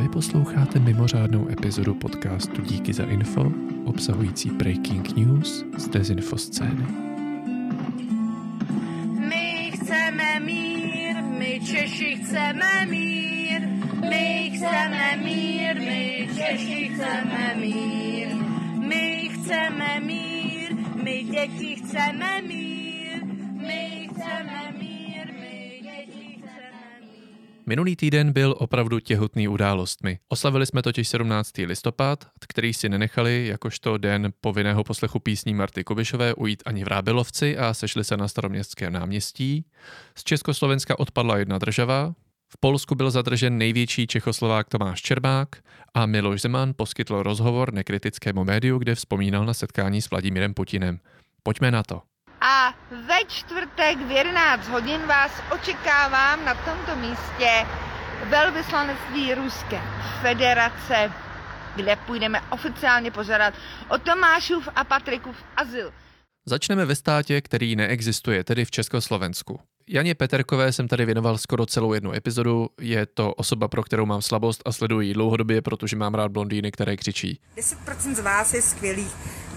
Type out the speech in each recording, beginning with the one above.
Právě posloucháte mimořádnou epizodu podcastu Díky za info, obsahující breaking news z dezinfoscény. My chceme mír, my Češi chceme mír. My chceme mír, my Češi chceme mír. My chceme mír, my děti chceme mír. My chceme mír, my děti chceme mír. Minulý týden byl opravdu těhotný událostmi. Oslavili jsme totiž 17. listopad, který si nenechali jakožto den povinného poslechu písní Marty Kubišové ujít ani v Rábelovci a sešli se na Staroměstském náměstí. Z Československa odpadla jedna država, v Polsku byl zadržen největší Čechoslovák Tomáš Čermák a Miloš Zeman poskytl rozhovor nekritickému médiu, kde vzpomínal na setkání s Vladimírem Putinem. Pojďme na to. A ve čtvrtek v 11 hodin vás očekávám na tomto místě velvyslanectví Ruské federace, kde půjdeme oficiálně požádat o Tomášův a Patrikův azyl. Začneme ve státě, který neexistuje, tedy v Československu. Janě Peterkové jsem tady věnoval skoro celou jednu epizodu. Je to osoba, pro kterou mám slabost a sleduji ji dlouhodobě, protože mám rád blondýny, které křičí. 10% z vás je skvělých,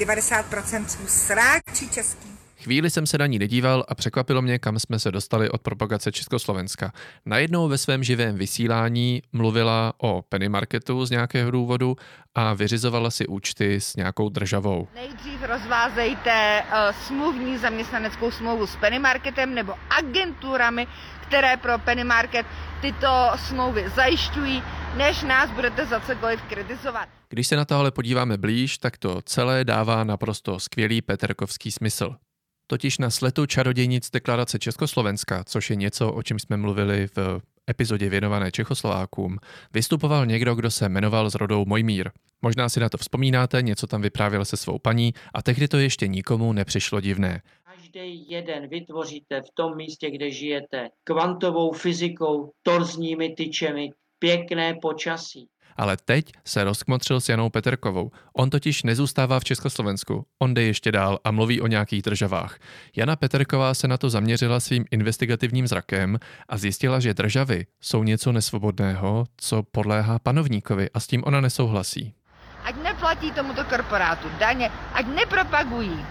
90% jsou sráči český. Chvíli jsem se na ní nedíval a překvapilo mě, kam jsme se dostali od propagace Československa. Najednou ve svém živém vysílání mluvila o penny marketu z nějakého důvodu a vyřizovala si účty s nějakou državou. Nejdřív rozvázejte smluvní zaměstnaneckou smlouvu s penny marketem nebo agenturami, které pro penny market tyto smlouvy zajišťují, než nás budete za cokoliv kritizovat. Když se na to ale podíváme blíž, tak to celé dává naprosto skvělý peterkovský smysl. Totiž na sletu čarodějnic deklarace Československa, což je něco, o čem jsme mluvili v epizodě věnované Čechoslovákům, vystupoval někdo, kdo se jmenoval s rodou Mojmír. Možná si na to vzpomínáte, něco tam vyprávěl se svou paní a tehdy to ještě nikomu nepřišlo divné. Každý jeden vytvoříte v tom místě, kde žijete, kvantovou fyzikou, torzními tyčemi, pěkné počasí. Ale teď se rozkmotřil s Janou Peterkovou. On totiž nezůstává v Československu. On jde ještě dál a mluví o nějakých državách. Jana Peterková se na to zaměřila svým investigativním zrakem a zjistila, že državy jsou něco nesvobodného, co podléhá panovníkovi a s tím ona nesouhlasí. Ať neplatí tomuto korporátu daně, ať nepropagují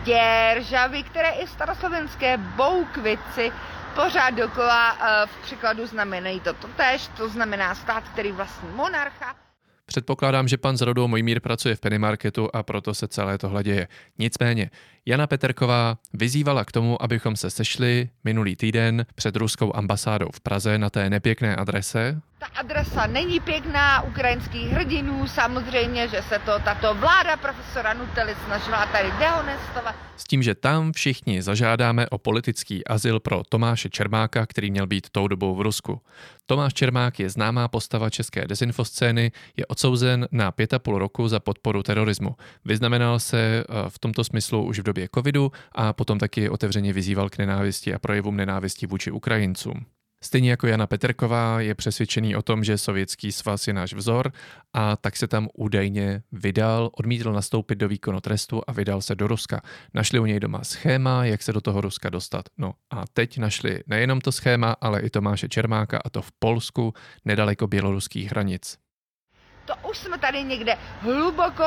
državy, které i staroslovenské boukvici pořád dokola v překladu znamenají to totéž, to znamená stát, který vlastní monarcha. Předpokládám, že pan s rodou Mojmír pracuje v penny marketu a proto se celé tohle děje. Nicméně, Jana Peterková vyzývala k tomu, abychom se sešli minulý týden před ruskou ambasádou v Praze na té nepěkné adrese. Ta adresa není pěkná, ukrajinských hrdinů, samozřejmě, že se to tato vláda profesora Nutelly snažila tady dehonestovat. S tím, že tam všichni zažádáme o politický azyl pro Tomáše Čermáka, který měl být tou dobou v Rusku. Tomáš Čermák je známá postava české dezinfoscény, je odsouzen na 5,5 roku za podporu terorismu. Vyznamenal se v tomto smyslu už v době covidu a potom taky otevřeně vyzýval k nenávisti a projevům nenávisti vůči Ukrajincům. Stejně jako Jana Peterková je přesvědčený o tom, že Sovětský svaz je náš vzor a tak se tam údajně vydal, odmítl nastoupit do výkonu trestu a vydal se do Ruska. Našli u něj doma schéma, jak se do toho Ruska dostat. No a teď našli nejenom to schéma, ale i Tomáše Čermáka a to v Polsku, nedaleko běloruských hranic. To už jsme tady někde hluboko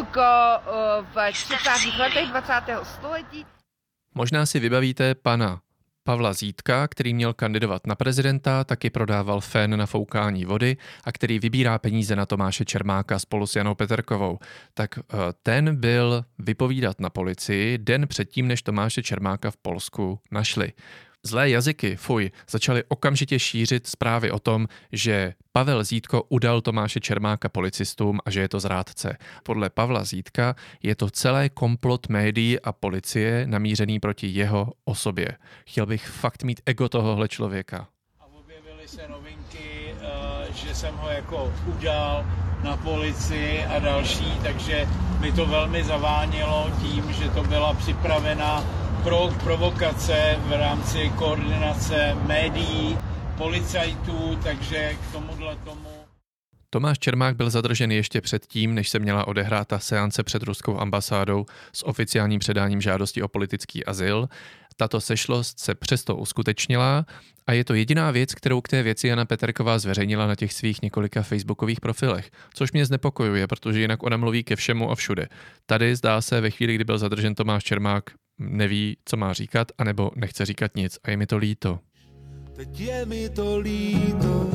v 30. letech 20. století. Možná si vybavíte pana Pavla Zítka, který měl kandidovat na prezidenta, taky prodával fén na foukání vody a který vybírá peníze na Tomáše Čermáka spolu s Janou Peterkovou. Tak ten byl vypovídat na policii den předtím, než Tomáše Čermáka v Polsku našli. Zlé jazyky, začaly okamžitě šířit zprávy o tom, že Pavel Zítko udal Tomáše Čermáka policistům a že je to zrádce. Podle Pavla Zítka je to celé komplot médií a policie namířený proti jeho osobě. Chtěl bych fakt mít ego tohohle člověka. A objevily se novinky, že jsem ho jako udal na policii a další, takže mi to velmi zavánělo tím, že to byla připravena provokace v rámci koordinace médií, policajtů, takže k tomuhle tomu. Tomáš Čermák byl zadržen ještě předtím, než se měla odehrát ta seance před ruskou ambasádou s oficiálním předáním žádosti o politický azyl. Tato sešlost se přesto uskutečnila a je to jediná věc, kterou k té věci Jana Peterková zveřejnila na těch svých několika facebookových profilech, což mě znepokojuje, protože jinak ona mluví ke všemu a všude. Tady zdá se, ve chvíli, kdy byl zadržen Tomáš Čermák, neví, co má říkat, anebo nechce říkat nic a je mi to líto. Teď je mi to líto.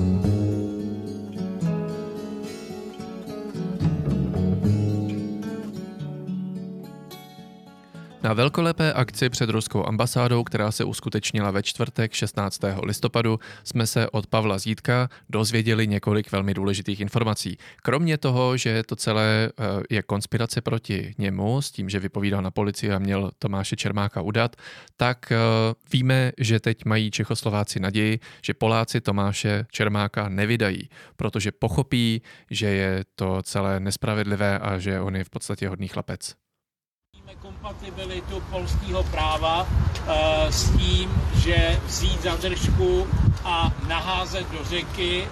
Na velkolepé akci před ruskou ambasádou, která se uskutečnila ve čtvrtek 16. listopadu, jsme se od Pavla Zítka dozvěděli několik velmi důležitých informací. Kromě toho, že to celé je konspirace proti němu, s tím, že vypovídal na policii a měl Tomáše Čermáka udat, tak víme, že teď mají Čechoslováci naději, že Poláci Tomáše Čermáka nevydají, protože pochopí, že je to celé nespravedlivé a že on je v podstatě hodný chlapec. Kompatibilitu polského práva s tím, že vzít zadržku a naházet do řeky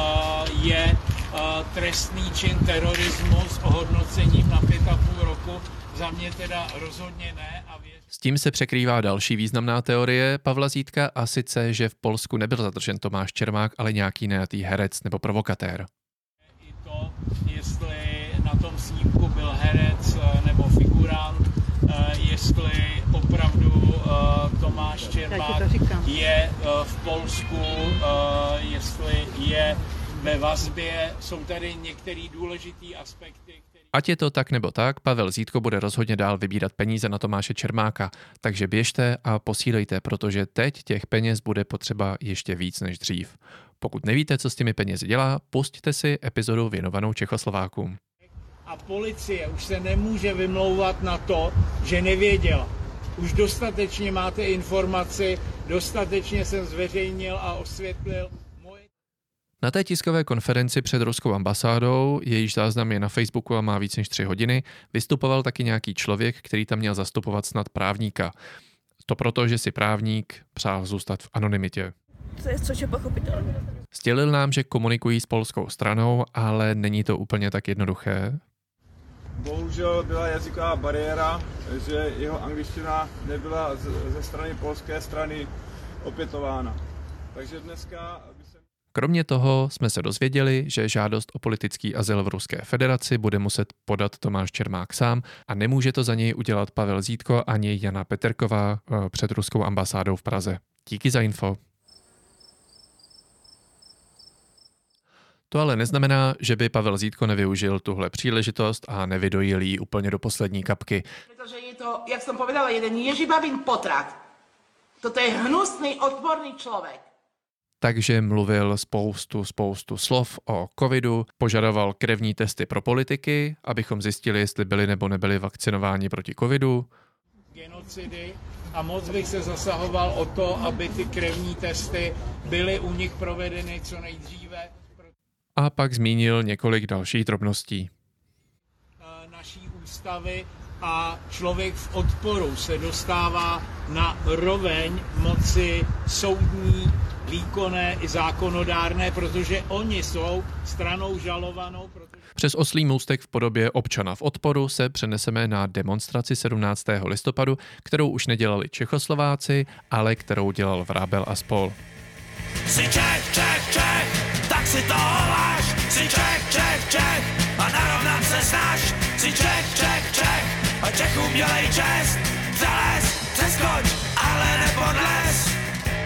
je trestný čin terorismu s ohodnocením na 5,5 roku. Za mě teda rozhodně ne. S tím se překrývá další významná teorie Pavla Zítka, a sice, že v Polsku nebyl zadržen Tomáš Čermák, ale nějaký nejatý herec nebo provokatér. I to, jestli na tom snímku byl herec nebo figurant, jestli opravdu Tomáš Čermák je v Polsku, jestli je ve vazbě, jsou tady některé důležité aspekty. Ať je to tak nebo tak, Pavel Zítko bude rozhodně dál vybírat peníze na Tomáše Čermáka, takže běžte a posílejte, protože teď těch peněz bude potřeba ještě víc než dřív. Pokud nevíte, co s těmi penězi dělá, pusťte si epizodu věnovanou Čechoslovákům. A policie už se nemůže vymlouvat na to, že nevěděla. Už dostatečně máte informaci, dostatečně jsem zveřejnil a osvětlil. Na té tiskové konferenci před ruskou ambasádou, jejíž záznam je na Facebooku a má víc než 3 hodiny, vystupoval taky nějaký člověk, který tam měl zastupovat snad právníka. To proto, že si právník přál zůstat v anonymitě. To je což je pochopitelné. Sdělil nám, že komunikují s polskou stranou, ale není to úplně tak jednoduché. Bohužel byla jazyková bariéra, že jeho angličtina nebyla ze strany polské strany opětována. Takže dneska... Kromě toho jsme se dozvěděli, že žádost o politický azyl v Ruské federaci bude muset podat Tomáš Čermák sám a nemůže to za něj udělat Pavel Zítko ani Jana Peterková před ruskou ambasádou v Praze. Díky za info. To ale neznamená, že by Pavel Zítko nevyužil tuhle příležitost a nevydojil ji úplně do poslední kapky. Protože je to, jak jsem povedala, jeden ježibabin potrat. Toto je hnusný, odporný člověk. Takže mluvil spoustu slov o covidu, požadoval krevní testy pro politiky, abychom zjistili, jestli byli nebo nebyli vakcinováni proti covidu. Genocidy a moc bych se zasahoval o to, aby ty krevní testy byly u nich provedeny co nejdříve. A pak zmínil několik dalších drobností. Naší ústavy a člověk v odporu se dostává na roveň moci soudní, výkonné i zákonodárné, protože oni jsou stranou žalovanou. Přes oslí můstek v podobě občana v odporu se přeneseme na demonstraci 17. listopadu, kterou už nedělali Čechoslováci, ale kterou dělal Vrábel a spol. Jsi Čech, Čech, Čech, tak si to láš. Jsi Čech, Čech, Čech a narovnat se snaž. Jsi Čech, Čech, Čech a Čechům dělej čest. Přelez, přeskoč, ale nepodles.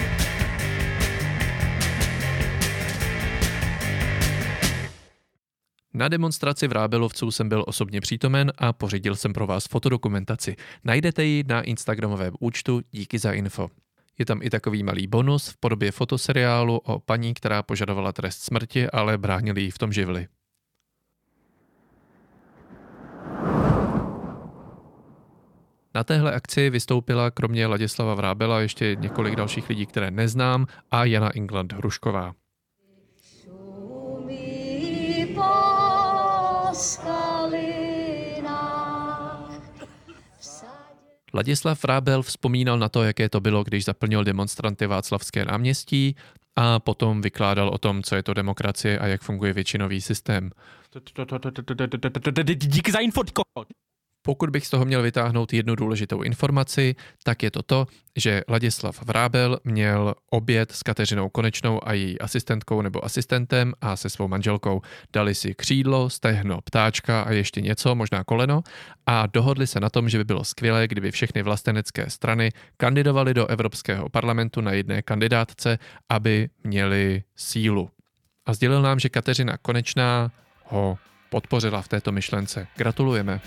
Na demonstraci Vrábelovců jsem byl osobně přítomen a pořídil jsem pro vás fotodokumentaci. Najdete ji na instagramovém účtu Díky za info. Je tam i takový malý bonus v podobě fotoseriálu o paní, která požadovala trest smrti, ale bránili jí v tom živli. Na téhle akci vystoupila kromě Ladislava Vrábela ještě několik dalších lidí, které neznám, a Jana Ingland Hrušková. Ladislav Vrábel vzpomínal na to, jaké to bylo, když zaplnil demonstranty Václavské náměstí, a potom vykládal o tom, co je to demokracie a jak funguje většinový systém. Díky za info. Pokud bych z toho měl vytáhnout jednu důležitou informaci, tak je to, že Ladislav Vrábel měl oběd s Kateřinou Konečnou a její asistentkou nebo asistentem a se svou manželkou. Dali si křídlo, stehno, ptáčka a ještě něco, možná koleno, a dohodli se na tom, že by bylo skvělé, kdyby všechny vlastenecké strany kandidovaly do Evropského parlamentu na jedné kandidátce, aby měli sílu. A sdělil nám, že Kateřina Konečná ho podpořila v této myšlence. Gratulujeme.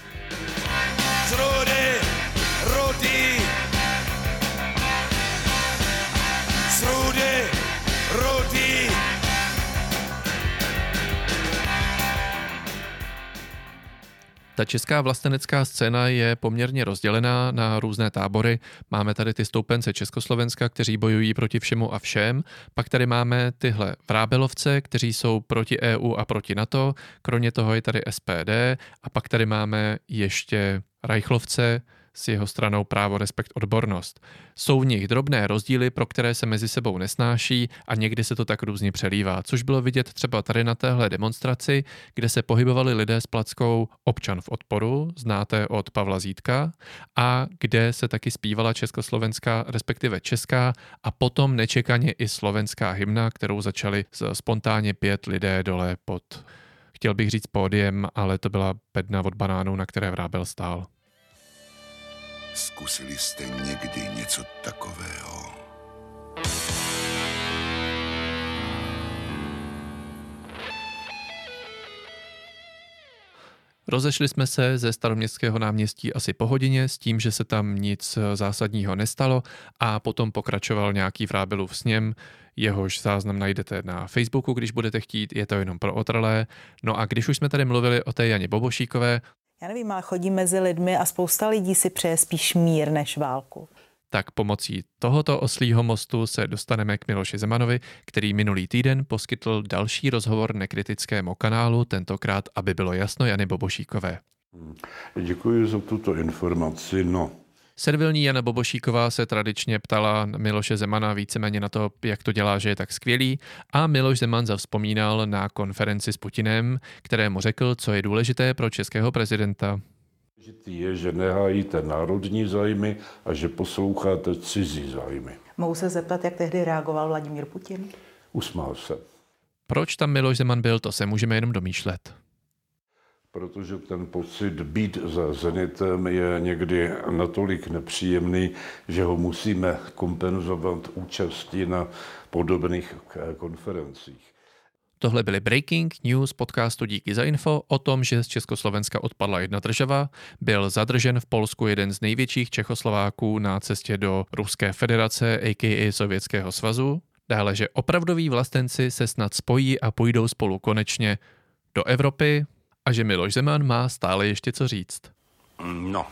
Ta česká vlastenecká scéna je poměrně rozdělená na různé tábory. Máme tady ty stoupence Československa, kteří bojují proti všemu a všem. Pak tady máme tyhle Vrábelovce, kteří jsou proti EU a proti NATO. Kromě toho je tady SPD. A pak tady máme ještě Reichlovce s jeho stranou Právo, respekt, odbornost. Jsou v nich drobné rozdíly, pro které se mezi sebou nesnáší a někdy se to tak různě přelívá, což bylo vidět třeba tady na téhle demonstraci, kde se pohybovali lidé s plackou Občan v odporu, znáte od Pavla Zítka, a kde se taky zpívala československá, respektive česká a potom nečekaně i slovenská hymna, kterou začali spontánně pět lidé dole pod, chtěl bych říct pódiem, ale to byla bedna od banánů, na které Vrábel stál. Zkusili jste někdy něco takového? Rozešli jsme se ze Staroměstského náměstí asi po hodině s tím, že se tam nic zásadního nestalo a potom pokračoval nějaký Vrábelův sněm, jehož záznam najdete na Facebooku, když budete chtít, je to jenom pro otrlé. No a když už jsme tady mluvili o té Janě Bobošíkové, já nevím, ale chodí mezi lidmi a spousta lidí si přeje spíš mír než válku. Tak pomocí tohoto oslího mostu se dostaneme k Miloši Zemanovi, který minulý týden poskytl další rozhovor Nekritickému kanálu, tentokrát, aby bylo jasno, Jany Bobošíkové. Děkuji za tuto informaci. Servilní Jana Bobošíková se tradičně ptala Miloše Zemana víceméně na to, jak to dělá, že je tak skvělý, a Miloš Zeman zavzpomínal na konferenci s Putinem, kterému řekl, co je důležité pro českého prezidenta. Důležitý je, že nehájíte národní zájmy a že posloucháte cizí zájmy. Mohu se zeptat, jak tehdy reagoval Vladimír Putin? Usmál se. Proč tam Miloš Zeman byl, to se můžeme jenom domýšlet. Protože ten pocit být za Zenitem je někdy natolik nepříjemný, že ho musíme kompenzovat účastí na podobných konferencích. Tohle byly Breaking News podcastu Díky za info o tom, že z Československa odpadla jedna država, byl zadržen v Polsku jeden z největších Čechoslováků na cestě do Ruské federace, a.k.a. Sovětského svazu, dále, že opravdoví vlastenci se snad spojí a půjdou spolu konečně do Evropy, a že Miloš Zeman má stále ještě co říct. No,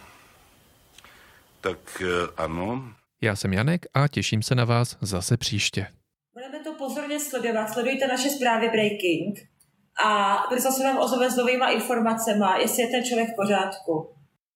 tak ano. Já jsem Janek a těším se na vás zase příště. Budeme to pozorně sledovat, sledujte naše zprávy Breaking a zase vám ozveme s novýma informacemi, jestli je ten člověk v pořádku.